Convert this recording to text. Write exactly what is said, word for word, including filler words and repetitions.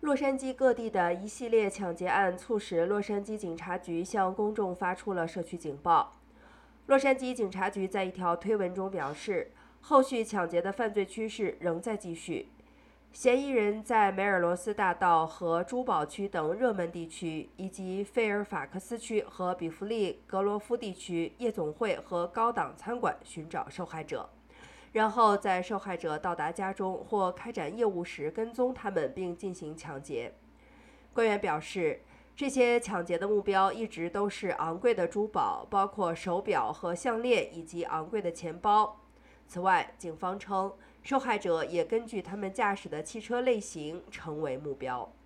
洛杉矶各地的一系列抢劫案促使洛杉矶警察局向公众发出了社区警报。洛杉矶警察局在一条推文中表示，后续抢劫的犯罪趋势仍在继续。嫌疑人在梅尔罗斯大道和珠宝区等热门地区，以及费尔法克斯区和比弗利格罗夫地区夜总会和高档餐馆寻找受害者，然后在受害者到达家中或开展业务时跟踪他们并进行抢劫。官员表示，这些抢劫的目标一直都是昂贵的珠宝，包括手表和项链，以及昂贵的钱包。此外，警方称，受害者也根据他们驾驶的汽车类型成为目标。